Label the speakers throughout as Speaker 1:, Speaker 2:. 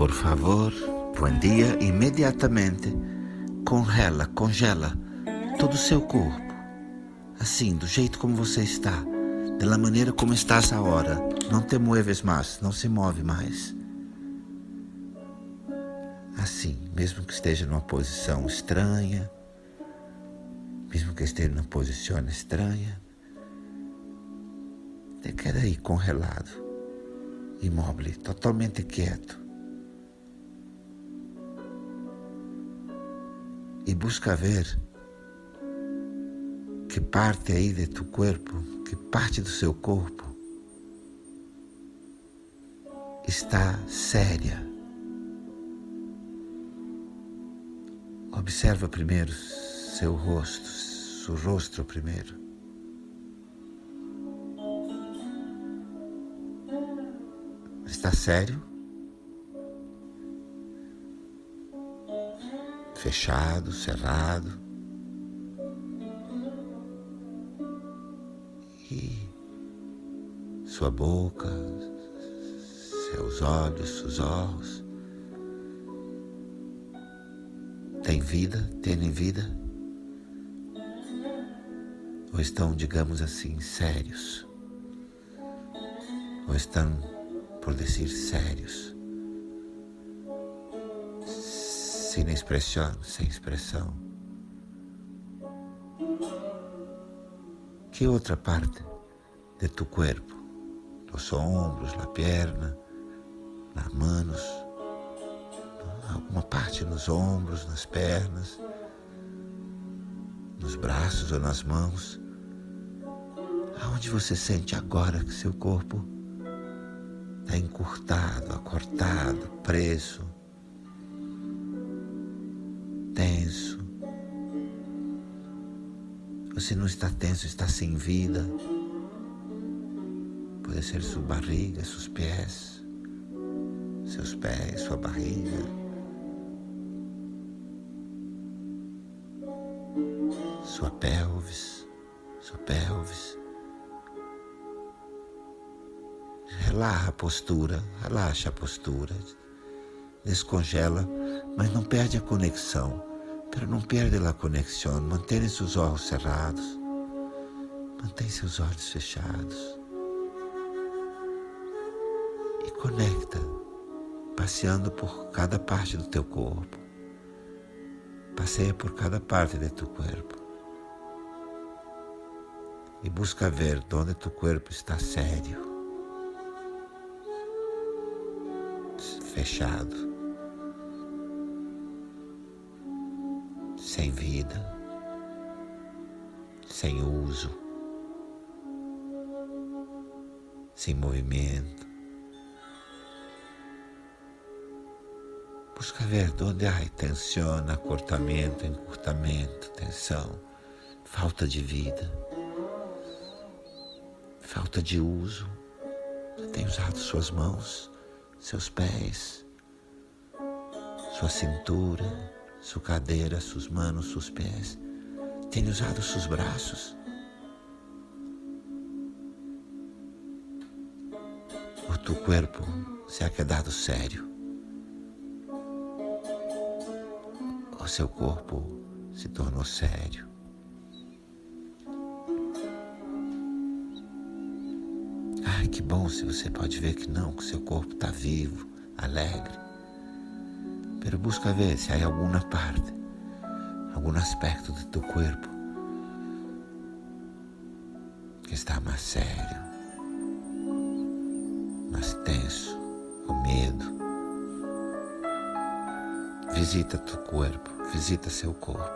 Speaker 1: Por favor, bom dia, imediatamente congela todo o seu corpo. Assim, do jeito como você está, da maneira como estás agora. Não te mueves mais, não se move mais. Assim, mesmo que esteja numa posição estranha, mesmo que esteja numa posição estranha, te queda aí congelado, imóvel, totalmente quieto. E busca ver que parte aí de tu corpo, que parte do seu corpo está séria. Observa primeiro seu rosto primeiro. Está sério? Fechado, cerrado. E sua boca, seus olhos, seus olhos. Têm vida? Ou estão, digamos assim, sérios? Ou estão, por dizer, sérios? Sem expressão. Que outra parte de tu corpo? Los ombros, la perna, las manos, alguma parte nos ombros, nas pernas, nos braços ou nas mãos. Aonde você sente agora que seu corpo está encurtado, acortado, preso, tenso? Você não está tenso, está sem vida. Pode ser sua barriga, seus pés, sua barriga. Sua pelvis. Relaxa a postura. Descongela, mas não perde a conexão. Pero não perde a conexão. Mantém seus olhos cerrados. Mantém seus olhos fechados. E conecta, passeando por cada parte do teu corpo. Passeia por cada parte de tu corpo. E busca ver onde tu corpo está sério, fechado, sem vida, sem uso, sem movimento. Busca ver onde há tensão, acortamento, encurtamento, tensão, falta de vida, falta de uso. Você tem usado suas mãos, seus pés, sua cintura, sua cadeira, suas mãos, seus pés. Tem usado seus braços. O teu corpo se ha quedado sério. O seu corpo se tornou sério. Ai, que bom se você pode ver que não, que seu corpo está vivo, alegre. Pero busca ver se há alguma parte, algum aspecto do teu corpo que está mais sério, mais tenso, com medo. Visita teu corpo, visita seu corpo.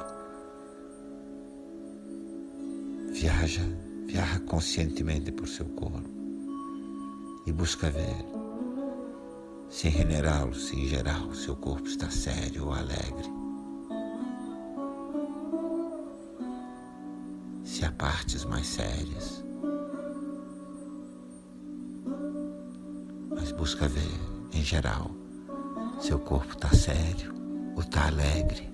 Speaker 1: Viaja conscientemente por seu corpo e busca ver se em geral, seu corpo está sério ou alegre. Se há partes mais sérias. Mas busca ver, em geral, seu corpo está sério ou está alegre.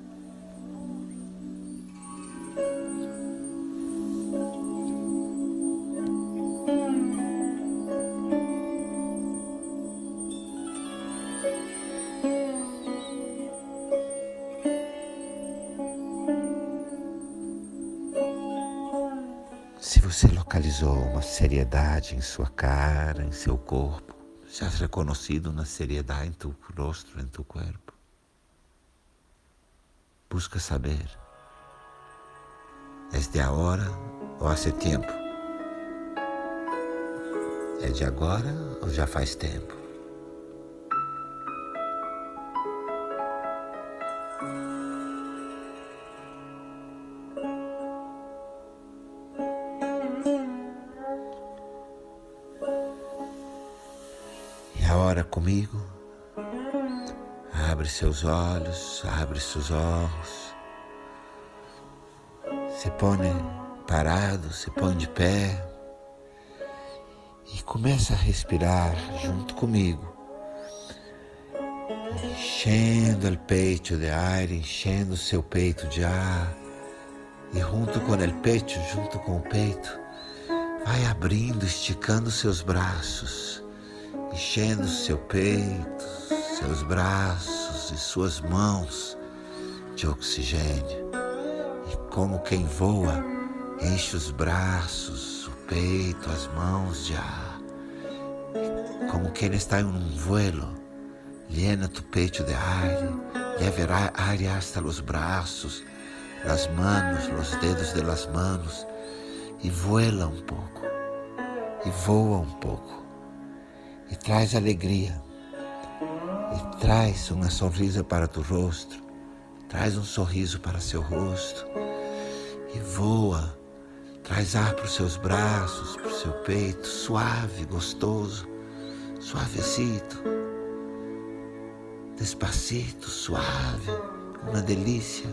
Speaker 1: localizou uma seriedade em sua cara, em seu corpo. Já has reconocido una seriedad en tu rostro, en tu cuerpo. Busca saber, ¿es de ahora o hace tiempo? ¿Es de agora ou já faz tempo? E agora comigo, abre seus olhos, abre seus olhos, se põe parado, se põe de pé e começa a respirar junto comigo, enchendo o peito de ar, enchendo o seu peito de ar, e junto com o peito, junto com o peito, vai abrindo, esticando seus braços, enchendo seu peito, seus braços e suas mãos de oxigênio. E como quem voa, enche os braços, o peito, as mãos de ar. E como quem está em um vuelo, llena tu peito de aire, lleva aire hasta los braços, las manos, los dedos de las manos, e vuela um pouco, e voa um pouco, e traz alegria, e traz uma sorriso para tu rosto, traz um sorriso para seu rosto, e voa, traz ar para os seus braços, para o seu peito, suave, gostoso, suavecito, despacito, suave, uma delícia.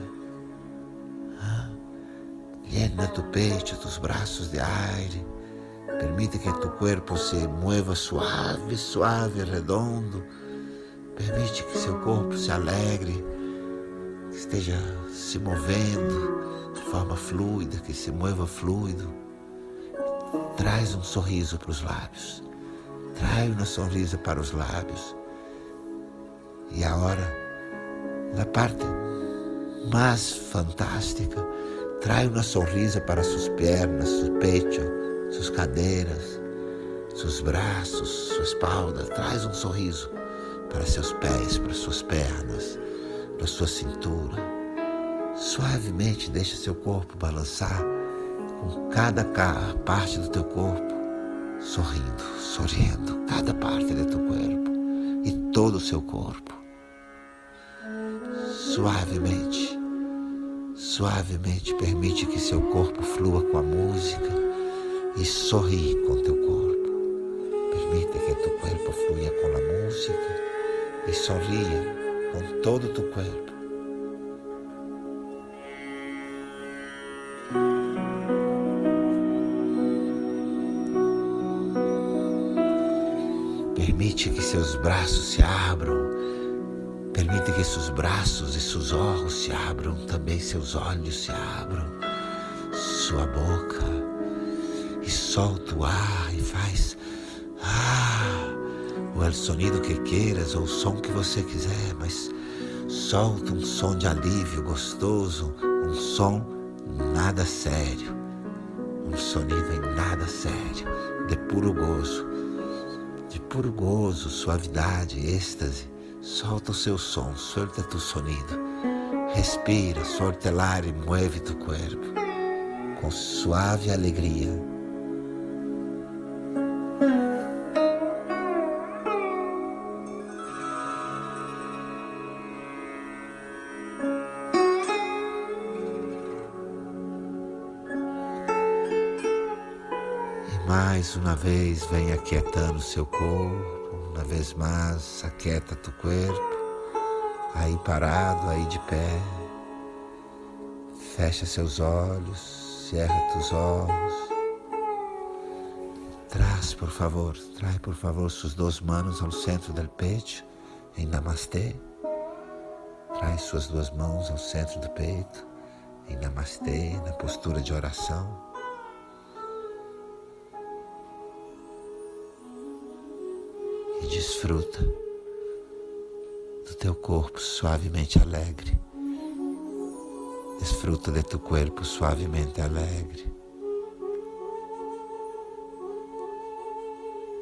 Speaker 1: Llena tu pecho, tus braços de aire. Permite que tu corpo se mueva suave, suave, redondo. Permite que seu corpo se alegre, que esteja se movendo de forma fluida, que se mueva fluido. Traz um sorriso para os lábios. Traz uma sorriso para os lábios. E agora, na parte mais fantástica, trai uma sorriso para suas pernas, seu peito, suas cadeiras, seus braços, sua espalda. Traz um sorriso para seus pés, para suas pernas, para sua cintura. Suavemente deixa seu corpo balançar com cada parte do teu corpo, sorrindo, cada parte do teu corpo e todo o seu corpo. Suavemente permite que seu corpo flua com a música e sorri com teu corpo. Permite que teu corpo flua com a música e sorria com todo o teu corpo. Permite que seus braços se abram. Permite que seus braços e seus olhos se abram, também seus olhos se abram, sua boca, e solta o ar e faz ou o sonido que queiras ou o som que você quiser, mas solta um som de alívio gostoso, um som nada sério, um sonido em nada sério, de puro gozo, suavidade, êxtase. Solta o seu som, solta tu sonido, respira, solta o ar e mueve tu corpo com suave alegria. E mais uma vez vem aquietando seu corpo. Uma vez mais, aquieta tu corpo, aí parado, aí de pé. Fecha seus olhos, cerra tus olhos. Traz por favor suas duas mãos ao centro do peito, em Namastê. Traz suas duas mãos ao centro do peito, em Namastê, na postura de oração. E desfruta do teu corpo suavemente alegre. Desfruta de tu corpo suavemente alegre.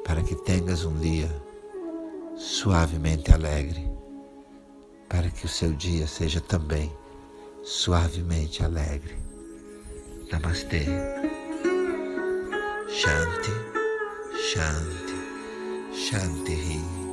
Speaker 1: para que tenhas um dia suavemente alegre, para que o seu dia seja também suavemente alegre. Namastê. Shanti, Shanti, Shanti.